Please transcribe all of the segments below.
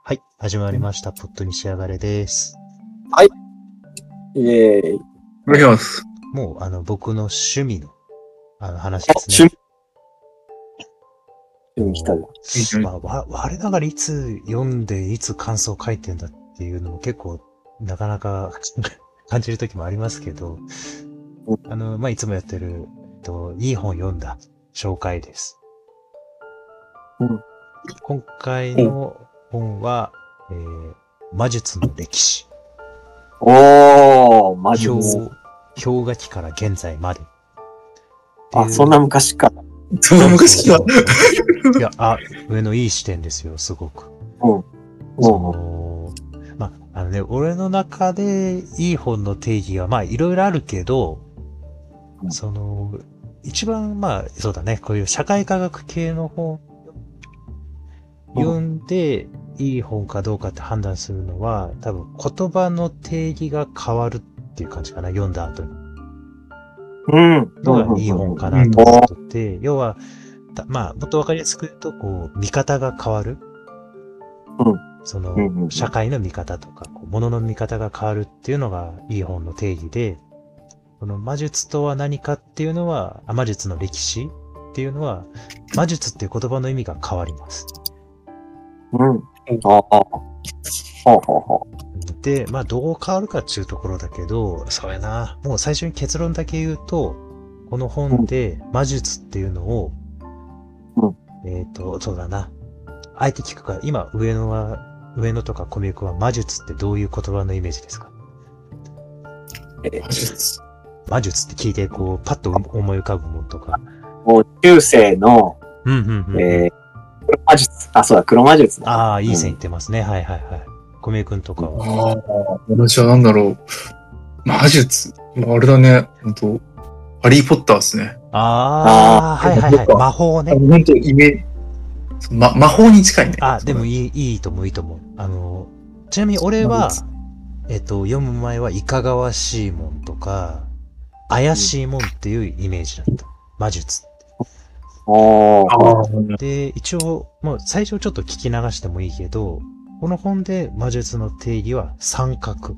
はい、始まりました。ポットに仕上がれです。 はい。イエーイ。 お願いします。 もう、僕の趣味の、話ですね。 趣味来たぞ。 まあ、我ながらいつ読んで、いつ感想書いてんだっていうのも結構、なかなか感じる時もありますけど、まあ、いつもやってる、いい本読んだ紹介です。今回の本は、魔術の歴史。 おー、魔術。 氷河期から現在まで。 あ、そんな昔から。 そんな昔から。 いや、上のいい視点ですよ、すごく。まあ、俺の中でいい本の定義は、まあ、いろいろあるけど、一番、まあ、そうだね、こういう社会科学系の本、読んで、いい本かどうかって判断するのは、多分言葉の定義が変わるっていう感じかな、読んだ後に。のがいい本かなと思ってて、要は、まあ、もっとわかりやすく言うと、こう、見方が変わる。社会の見方とか、物の見方が変わるっていうのがいい本の定義で、この魔術とは何かっていうのは、魔術の歴史っていうのは、魔術っていう言葉の意味が変わります。で、まあ、どう変わるかっていうところだけど、そうやな。もう最初に結論だけ言うと、この本で魔術っていうのを、そうだな。あえて聞くか、今、上野とか小宮君は魔術ってどういう言葉のイメージですか？魔術って聞いて、こう、パッと思い浮かぶものとか。 もう、中世の、黒魔術。あ、そうだ、黒魔術だ。 ああ、いい線いってますね。はいはいはい。小宮君とかは。 ああ、私はなんだろう。魔術。あれだね。ハリーポッターですね。 ああ、はいはいはい。魔法ね。 本当イメージ。魔法に近いね。 でもいいと思う。ちなみに俺は、読む前はいかがわしいもんとか、怪しいもんっていうイメージだった。魔術。で、一応、もう最初ちょっと聞き流してもいいけど、この本で魔術の定義は三角。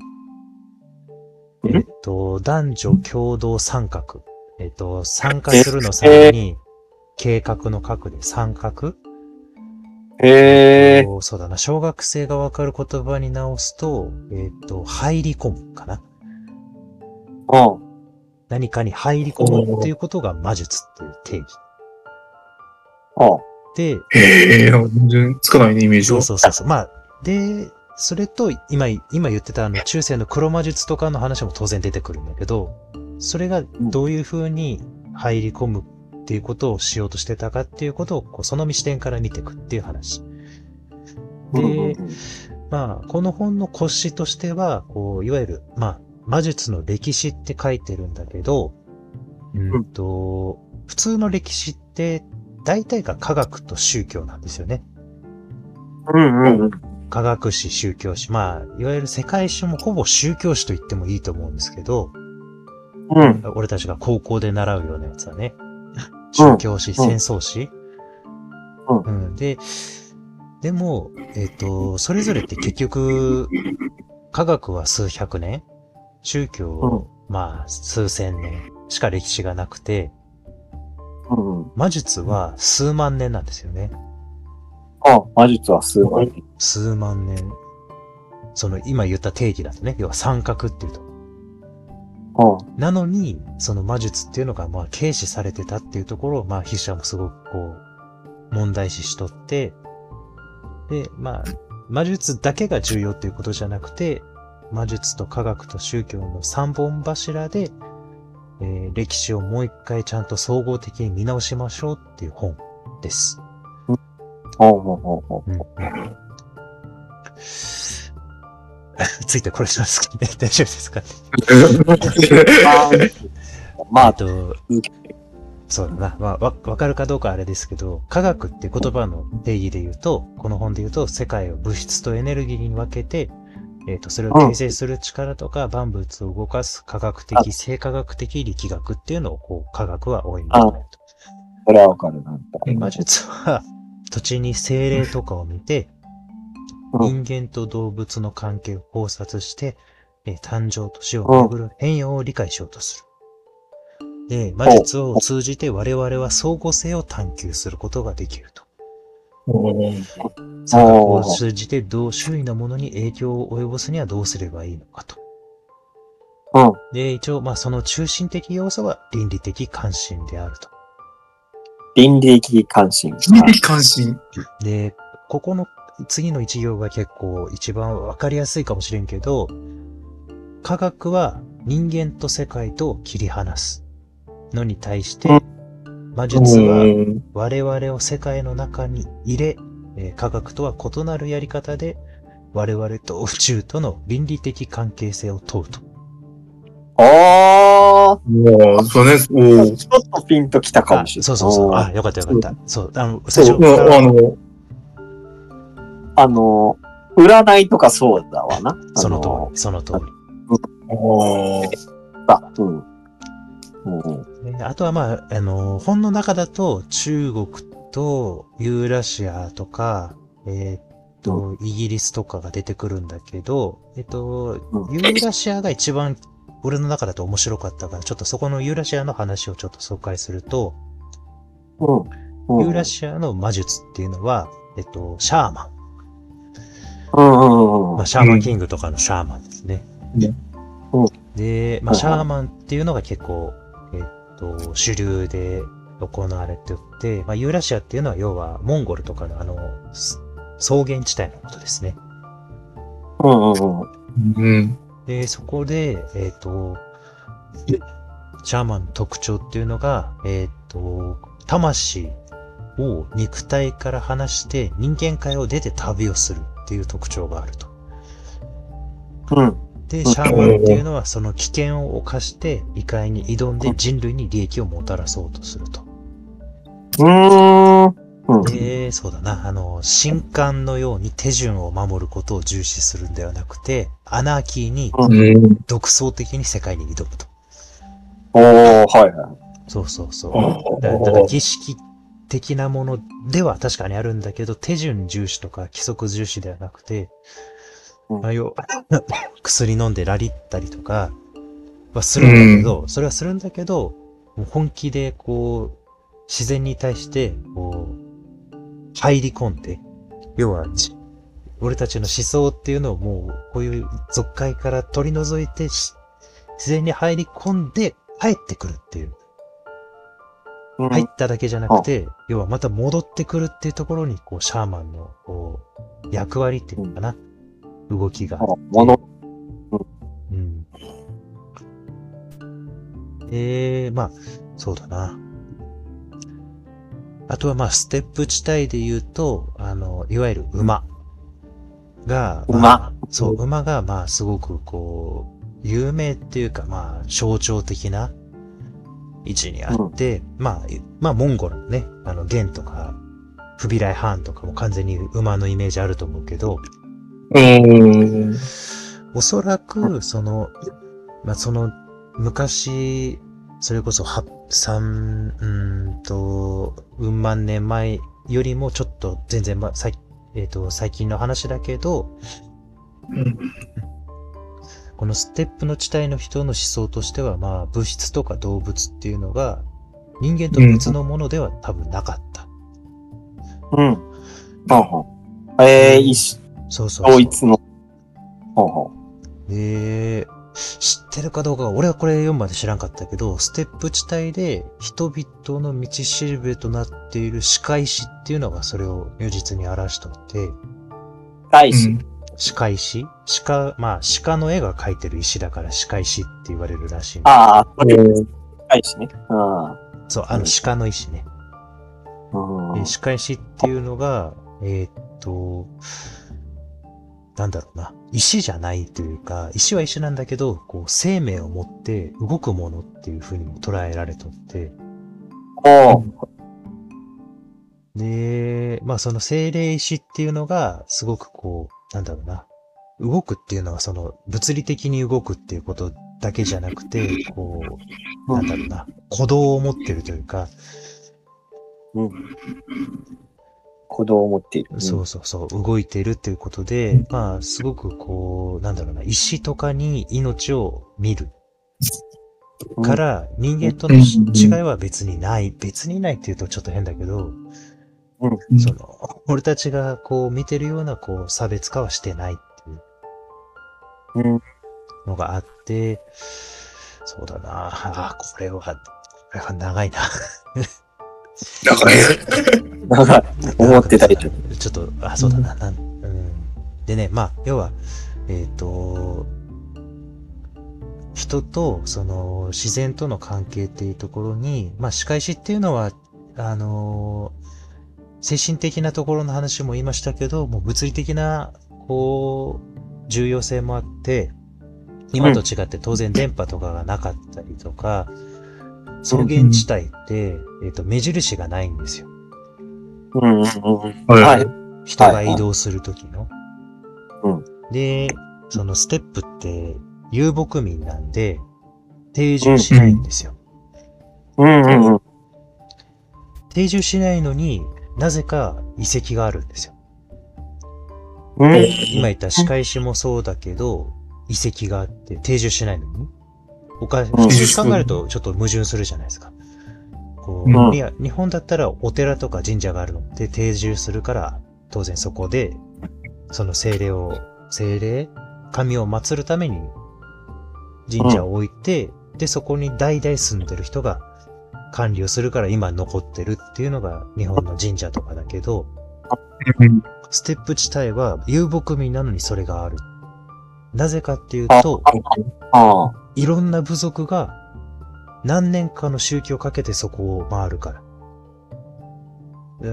男女共同三角。参加するの際に、計画の角で三角。そうだな。小学生がわかる言葉に直すと、入り込むかな。何かに入り込むっていうことが魔術っていう定義。で、 全然つかないね、イメージは。 そう。まあ、で、それと、今言ってた中世の黒魔術とかの話も当然出てくるんだけど、それがどういう風に入り込むっていうことをしようとしてたかっていうことを、こうその視点から見ていくっていう話。で、まあ、この本の骨子としては、こう、いわゆる、まあ、魔術の歴史って書いてるんだけど、普通の歴史って、大体が科学と宗教なんですよね。科学史、宗教史。まあ、いわゆる世界史もほぼ宗教史と言ってもいいと思うんですけど、俺たちが高校で習うようなやつはね。宗教史、戦争史。でも、それぞれって結局、科学は数百年、宗教、まあ、数千年しか歴史がなくて、魔術は数万年なんですよね。 魔術は数万年。 数万年。今言った定義だとね、要は三角っていうと。なのに、その魔術っていうのが、まあ、軽視されてたっていうところを、まあ、筆者もすごくこう、問題視しとって、で、まあ、魔術だけが重要っていうことじゃなくて、魔術と科学と宗教の三本柱で、歴史をもう一回ちゃんと総合的に見直しましょうっていう本です。ついてこれしますかね？大丈夫ですかね？まあ、そうだな。まあ、わかるかどうかあれですけど、科学って言葉の定義で言うと、この本で言うと、世界を物質とエネルギーに分けて、それを形成する力とか、万物を動かす科学的、生化学的力学っていうのを、こう、科学は多いんだと。 それはわかるな。 魔術は、土地に精霊とかを見て、 人間と動物の関係を考察して、誕生と死をめぐる変容を理解しようとする。で、魔術を通じて我々は相互性を探求することができると。錯覚を通じて周囲のものに影響を及ぼすにはどうすればいいのかと。で、一応、その中心的要素は倫理的関心であると。 倫理的関心。 倫理的関心。 で、ここの次の一行が結構一番わかりやすいかもしれんけど、科学は人間と世界と切り離すのに対して、魔術は我々を世界の中に入れ、科学とは異なるやり方で我々と宇宙との倫理的関係性を問うと。 そうね。ちょっとピンときたかもしれない。 そう。あ、よかったよかった。そう、最初占いとかそうだわな。 その通り。あとは本の中だと中国とユーラシアとか、イギリスとかが出てくるんだけど、ユーラシアが一番俺の中だと面白かったから、ちょっとそこのユーラシアの話をちょっと紹介すると、ユーラシアの魔術っていうのは、シャーマン。シャーマンキングとかのシャーマンですね。で、シャーマンっていうのが結構、主流で行われておって、ユーラシアっていうのは要はモンゴルとかの草原地帯のことですね。で、そこで、シャーマンの特徴っていうのが、魂を肉体から離して人間界を出て旅をするっていう特徴があると。で、シャーマンっていうのはその危険を冒して異界に挑んで人類に利益をもたらそうとすると。で、そうだな、神官のように手順を守ることを重視するんではなくて、アナーキーに独創的に世界に挑むと。そう。だから儀式的なものでは確かにあるんだけど、手順重視とか規則重視ではなくて、薬飲んでラリったりとかはするんだけど、それはするんだけど、本気でこう、自然に対して、こう、入り込んで、要は、俺たちの思想っていうのをもう、こういう俗界から取り除いて、自然に入り込んで帰ってくるっていう。入っただけじゃなくて、要はまた戻ってくるっていうところに、こう、シャーマンの、こう、役割っていうのかな。動きがあって。そうだな。あとはステップ地帯で言うと、いわゆる馬が、馬がすごくこう、有名っていうか象徴的な位置にあって、モンゴルのね、元とか、フビライハーンとかも完全に馬のイメージあると思うけど、おそらく、その昔、それこそうん万年前よりもちょっと全然最近の話だけど、このステップの地帯の人の思想としては、物質とか動物っていうのが人間と別のものでは多分なかった。そう。 同一の。 知ってるかどうか俺はこれ読むまで知らんかったけど、ステップ地帯で人々の道しるべとなっている鹿石っていうのがそれを如実に表しとって、鹿石鹿の絵が描いてる石だから鹿石って言われるらしい。 鹿石ね。 そう、鹿の石ね。鹿石っていうのが、なんだろうな。石じゃないというか、石は石なんだけど、こう、生命を持って動くものっていう風にも捉えられとって。で、その精霊石っていうのが、すごくこう、なんだろうな。動くっていうのは、その、物理的に動くっていうことだけじゃなくて、こう、なんだろうな。鼓動を持ってるというか、 鼓動を持っている。 そうそうそう、動いているっていうことで、まあ、すごくこう、なんだろうな、石とかに命を見る。から、人間との違いは別にない。別にないって言うとちょっと変だけど、その、俺たちがこう見てるようなこう差別化はしてないっていうのがあって、そうだなあ、これは長いな。 長い。思ってたりちょっと、そうだな。でね、まあ、要は、人と、その、自然との関係っていうところに、まあ、仕返しっていうのは、精神的なところの話も言いましたけど、もう物理的な、こう、重要性もあって、今と違って当然電波とかがなかったりとか、草原地帯って、目印がないんですよ。人が移動するときの。で、そのステップって遊牧民なんで、定住しないんですよ。定住しないのになぜか遺跡があるんですよ。今言った仕返しもそうだけど、遺跡があって定住しないのに普通に考えるとちょっと矛盾するじゃないですか。こういや、日本だったらお寺とか神社があるので定住するから、当然そこで、その神を祀るために神社を置いて、で、そこに代々住んでる人が管理をするから今残ってるっていうのが日本の神社とかだけど、ステップ地帯は遊牧民なのにそれがある。なぜかっていうと、いろんな部族が何年かの周期をかけてそこを回るから。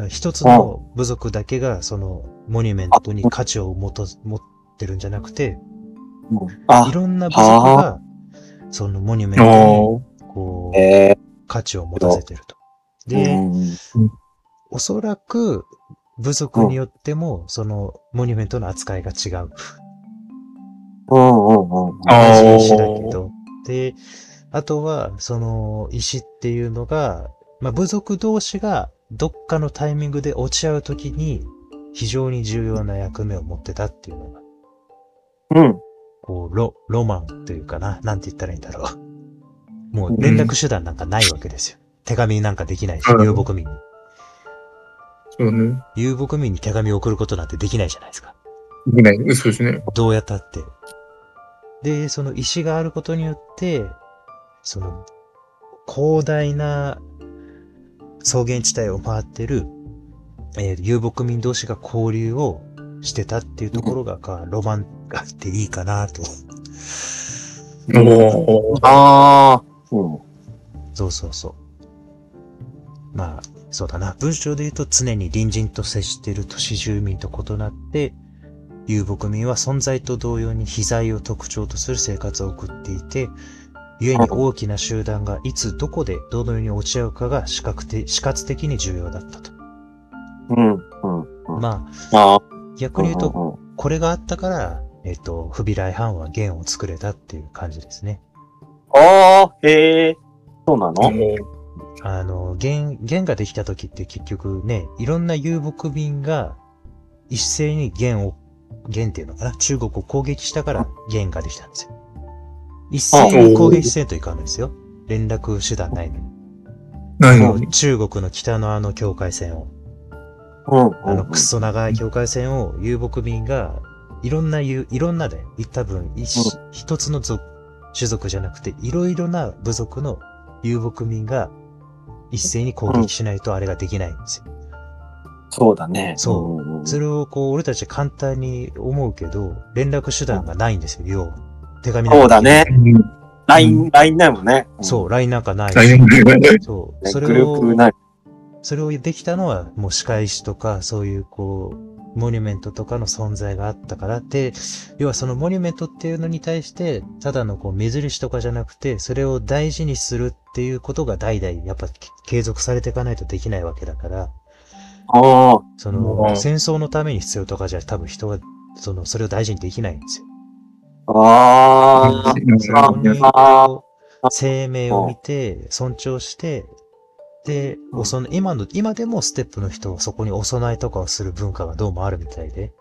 一つの部族だけがそのモニュメントに価値を持ってるんじゃなくて、いろんな部族がそのモニュメントにこう、価値を持たせてると。で、おそらく部族によってもそのモニュメントの扱いが違う。同じ石だけど。で、あとは、その石っていうのが、まあ、部族同士がどっかのタイミングで落ち合うときに非常に重要な役目を持ってたっていうのが。こう、ロマンというかな。なんて言ったらいいんだろう。もう連絡手段なんかないわけですよ。手紙なんかできないし、遊牧民に。 そうね。 遊牧民に手紙を送ることなんてできないじゃないですか。 できない。そうですね。 どうやったって。で、その石があることによって、その広大な草原地帯を回ってる、遊牧民同士が交流をしてたっていうところが、ロマンがあっていいかなと。そうそうそう。まあ、そうだな。文章で言うと常に隣人と接している都市住民と異なって、遊牧民は存在と同様に非在を特徴とする生活を送っていて、故に大きな集団がいつどこでどのように落ち合うかが死活的に重要だったと。まあ、逆に言うと、これがあったから、フビライ藩は元を作れたっていう感じですね。 へえ、そうなの？ 元ができた時って結局ね、いろんな遊牧民が一斉に元っていうのかな、中国を攻撃したから元ができたんですよ。一斉に攻撃せんといかんのですよ。連絡手段ないのに。 ないのに。 中国の北の境界線を。クソ長い境界線を遊牧民が、いろんなで、多分一つの種族じゃなくて、いろいろな部族の遊牧民が一斉に攻撃しないとあれができないんですよ。 そうだね。 そう。それを俺たち簡単に思うけど、連絡手段がないんですよ、要は。手紙なんか。 そうだね。LINE ないもんね。 そう、LINE なんかないし。そう。それをできたのは、もう仕返しとか、そういうモニュメントとかの存在があったからで、要はそのモニュメントっていうのに対して、ただの目印とかじゃなくて、それを大事にするっていうことが代々やっぱ継続されていかないとできないわけだから、その戦争のために必要とかじゃ多分人はそれを大事にできないんですよ。そこに生命を見て尊重して、 で、今でもステップの人はそこにお供えとかをする文化がどうもあるみたいで。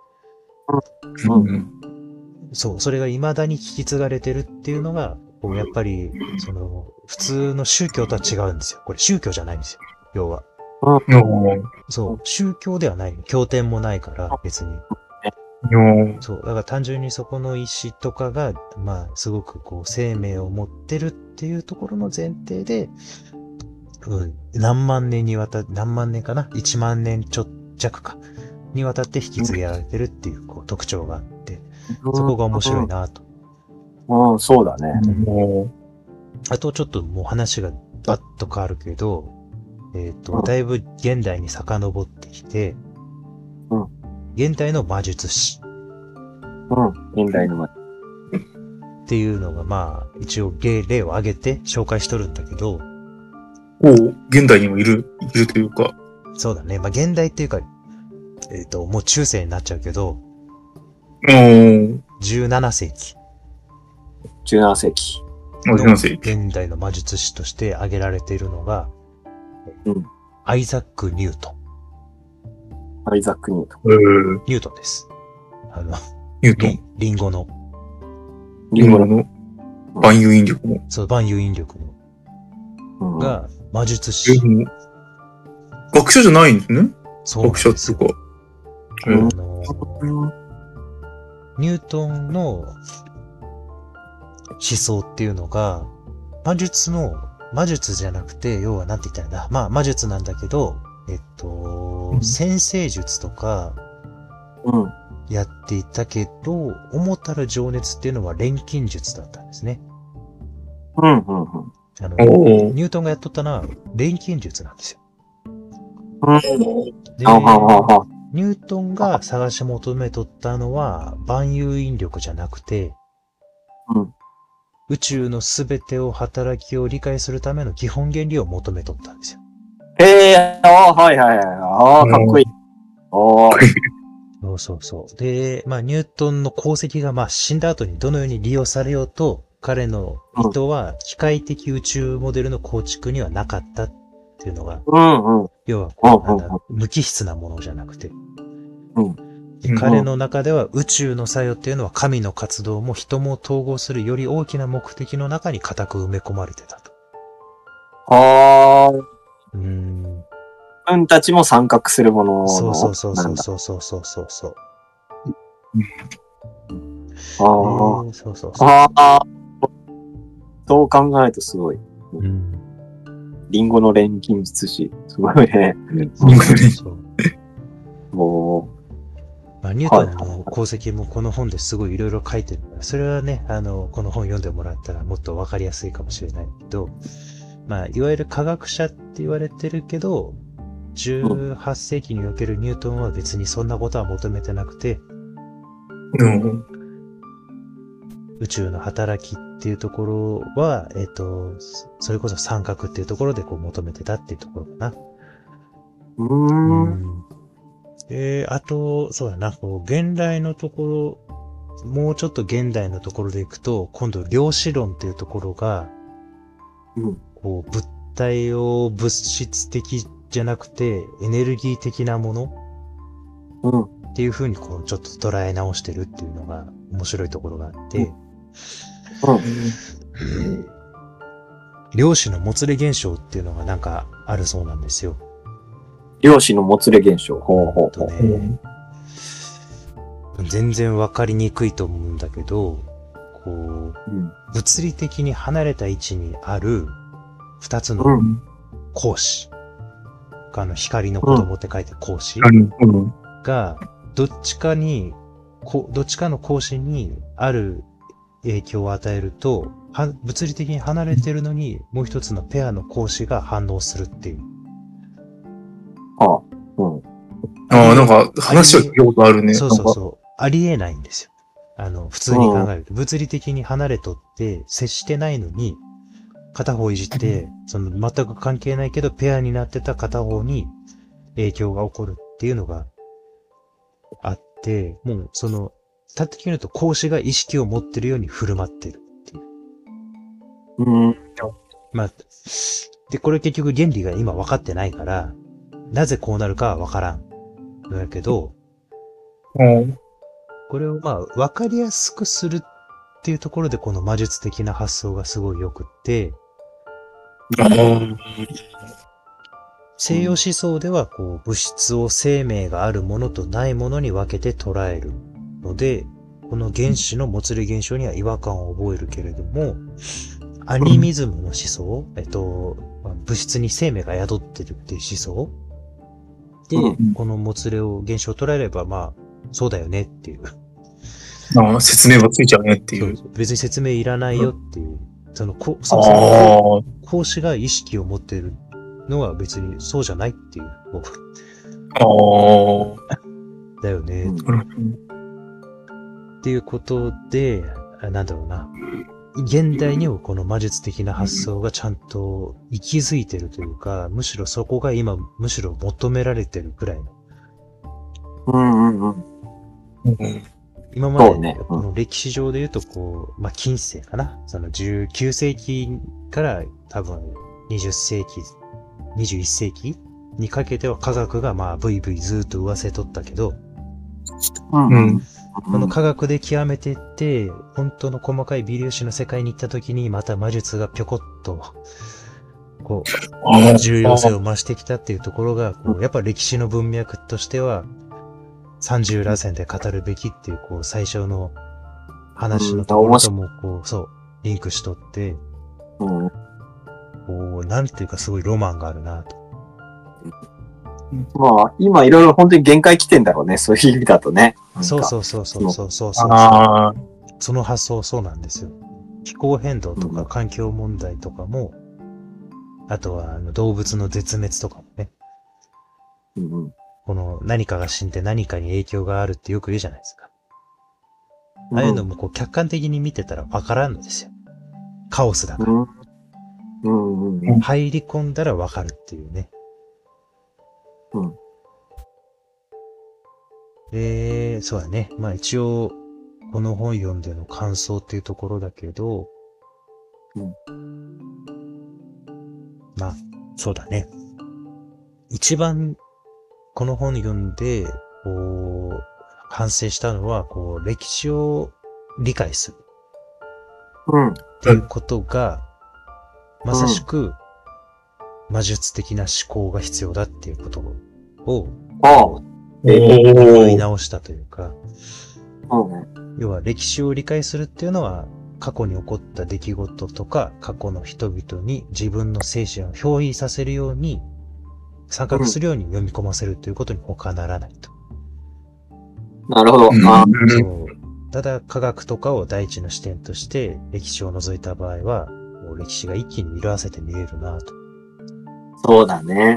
そう、それが未だに引き継がれてるっていうのが、こうやっぱり、普通の宗教とは違うんですよ。これ宗教じゃないんですよ。要は。そう、宗教ではない。経典もないから、別に。そう、だから単純にそこの石とかが、まあ、すごくこう、生命を持ってるっていうところの前提で、何万年かな ?1 万年弱か。にわたって引き継げられてるっていう、こう、特徴があって、そこが面白いなと。 そうだね。 あとちょっともう話がバッと変わるけど、だいぶ現代に遡ってきて、現代の魔術師。 現代の魔術師。っていうのが、まあ、一応例を挙げて紹介しとるんだけど。 現代にもいるというか。 そうだね。まあ、現代っていうか、もう中世になっちゃうけど、17世紀。 17世紀。 現代の魔術師として挙げられているのが、アイザック・ニュートン。 アイザック・ニュートン。 ニュートンです。 ニュートン。 リンゴの万有引力の。 そう、万有引力の。が、魔術師。 学者じゃないんですね。 そうなんですよ。 学者っていうか。 ニュートンの思想っていうのが、魔術じゃなくて、要はなんて言ったらいいんだ。まあ、魔術なんだけど、占星術とか、やっていたけど、主たる情熱っていうのは錬金術だったんですね。ニュートンがやっとったのは錬金術なんですよ。で、ニュートンが探し求めとったのは万有引力じゃなくて、宇宙のすべてを働きを理解するための基本原理を求めとったんですよ。 はいはいはい。かっこいい。 そう。で、まあ、ニュートンの功績が、まあ、死んだ後にどのように利用されようと、彼の意図は機械的宇宙モデルの構築にはなかったっていうのが、要は無機質なものじゃなくて、彼の中では宇宙の作用っていうのは神の活動も人も統合するより大きな目的の中に固く埋め込まれてたと。 自分たちも参画するものの。 そう。 そう考えるとすごい。リンゴの錬金術師。すごいね。 まあ、ニュートンの功績もこの本ですごいいろいろ書いてるから、それはね、この本読んでもらったらもっとわかりやすいかもしれないけど、まあ、いわゆる科学者って言われてるけど、18世紀におけるニュートンは別にそんなことは求めてなくて、宇宙の働きっていうところは、それこそ三角っていうところでこう求めてたっていうところかな。あと、そうだな、こう現代のところ、もうちょっと現代のところでいくと、今度量子論っていうところが、こう物体を物質的じゃなくてエネルギー的なものっていう風にこうちょっと捉え直してるっていうのが面白いところがあって、量子のもつれ現象っていうのがなんかあるそうなんですよ。 量子のもつれ現象。 全然わかりにくいと思うんだけど、こう、物理的に離れた位置にある二つの光子、光の子供って書いて光子が、どっちかの光子にある影響を与えると、物理的に離れてるのに、もう一つのペアの光子が反応するっていう。 なんか話を聞いたことあるね。 そう。ありえないんですよ。普通に考えると。物理的に離れとって接してないのに、片方いじって、全く関係ないけど、ペアになってた片方に影響が起こるっていうのがあって、もう端的に言うと、光子が意識を持ってるように振る舞ってるっていう。まあ、 で、これ結局原理が今分かってないから、なぜこうなるかは分からん。だけど、これをまあ、分かりやすくするっていうところで、この魔術的な発想がすごい良くって、西洋思想では、こう、物質を生命があるものとないものに分けて捉えるので、この原子のもつれ現象には違和感を覚えるけれども、アニミズムの思想、物質に生命が宿ってるっていう思想で、このもつれ現象を捉えれば、まあ、そうだよねっていう。 説明はついちゃうねっていう。 別に説明いらないよっていう。そもそも講師が意識を持っているのは別にそうじゃないっていう。だよね。っていうことで、なんだろうな。現代にもこの魔術的な発想がちゃんと息づいてるというか、むしろそこが今、むしろ求められてるくらいの。今まで、この歴史上で言うと、こう、まあ、近世かな。その19世紀から多分20世紀、21世紀にかけては科学がまあ、ブイブイずーっと上せとったけど、この科学で極めていって、本当の細かい微粒子の世界に行った時に、また魔術がぴょこっと、こう、重要性を増してきたっていうところが、こうやっぱ歴史の文脈としては、30螺旋で語るべきっていう、こう、最初の話のところとも、こう、そう、リンクしとって、こう、なんていうかすごいロマンがあるなと。 まあ、今いろいろ本当に限界来てんだろうね、そういう意味だとね。 そう。その発想そうなんですよ。気候変動とか環境問題とかも、あとは動物の絶滅とかもね。この何かが死んで何かに影響があるってよく言うじゃないですか。ああいうのもこう客観的に見てたらわからんのですよ。カオスだから。入り込んだらわかるっていうね。そうだね。まあ一応、この本読んでの感想っていうところだけど、まあ、そうだね。一番、この本読んで、こう、反省したのは、こう、歴史を理解する。っていうことが、まさしく、魔術的な思考が必要だっていうことを、思い直したというか、要は歴史を理解するっていうのは、過去に起こった出来事とか、過去の人々に自分の精神を表意させるように、参画するように読み込ませるということに他ならないと。 なるほど。 そうただ科学とかを第一の視点として歴史を除いた場合は、もう歴史が一気に色あせて見えるなと。 そうだね。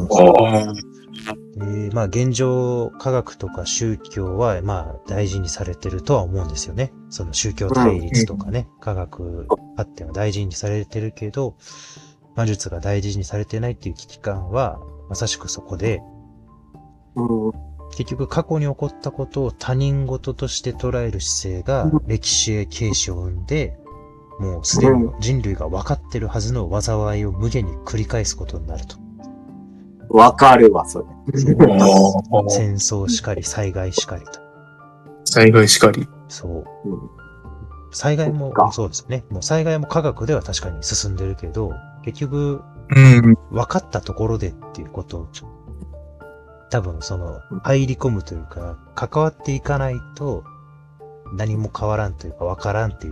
まあ現状科学とか宗教はまあ大事にされてるとは思うんですよね。その宗教対立とかね、科学発展は大事にされてるけど、魔術が大事にされてないっていう危機感はまさしくそこで、結局過去に起こったことを他人事として捉える姿勢が歴史へ警鐘を生んで、もうすでに人類が分かってるはずの災いを無限に繰り返すことになると。 わかるわ、それ。 戦争しかり、災害しかりと。 災害しかり。 そう。災害も、そうですね。もう災害も科学では確かに進んでるけど、結局、分かったところでっていうことを、多分入り込むというか、関わっていかないと、何も変わらんというか、分からんっていう。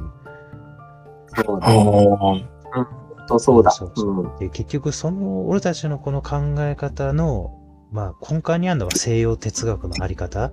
そうだ。 で結局俺たちのこの考え方の、まあ根幹にあるのは西洋哲学のあり方。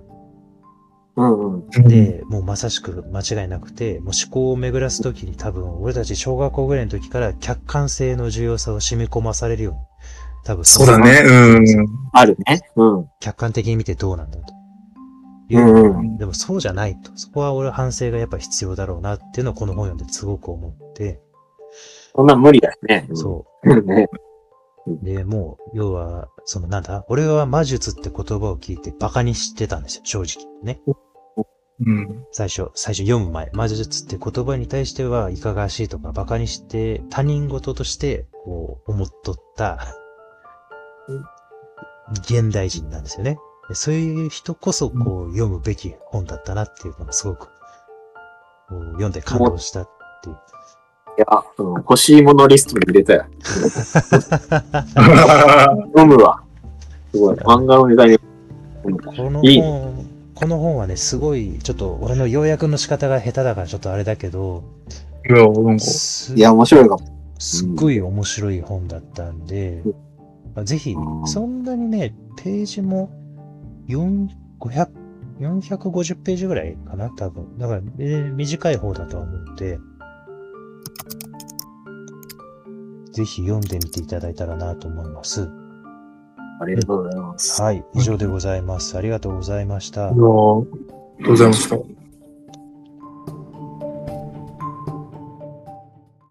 で、もうまさしく間違いなくて、もう思考を巡らすときに多分、俺たち小学校ぐらいの時から客観性の重要さを染み込まされるように。多分そうだね。 あるね。 客観的に見てどうなんだと。でもそうじゃないと。そこは俺は反省がやっぱ必要だろうなっていうのをこの本読んですごく思って。 そんな無理だよね。 そう。で、もう、要は、俺は魔術って言葉を聞いてバカにしてたんですよ、正直。ね。 うん。 最初読む前、魔術って言葉に対してはいかがわしいとか馬鹿にして他人事としてこう思っとった現代人なんですよね。そういう人こそこう読むべき本だったなっていうのがすごくこう読んで感動したっていう。 いや、欲しいものリストに入れたよ。読むわ。すごい。漫画のネタに。 この本はね、すごい、ちょっと俺の要約の仕方が下手だからちょっとあれだけど、 いや、なんか。 いや、面白いかも。 すっごい面白い本だったんで、ぜひ、そんなにね、ページも450ページぐらいかな多分。だから、短い方だとは思うので、ぜひ読んでみていただいたらなと思います。 ありがとうございます。 はい、以上でございます。ありがとうございました。 ありがとうございました。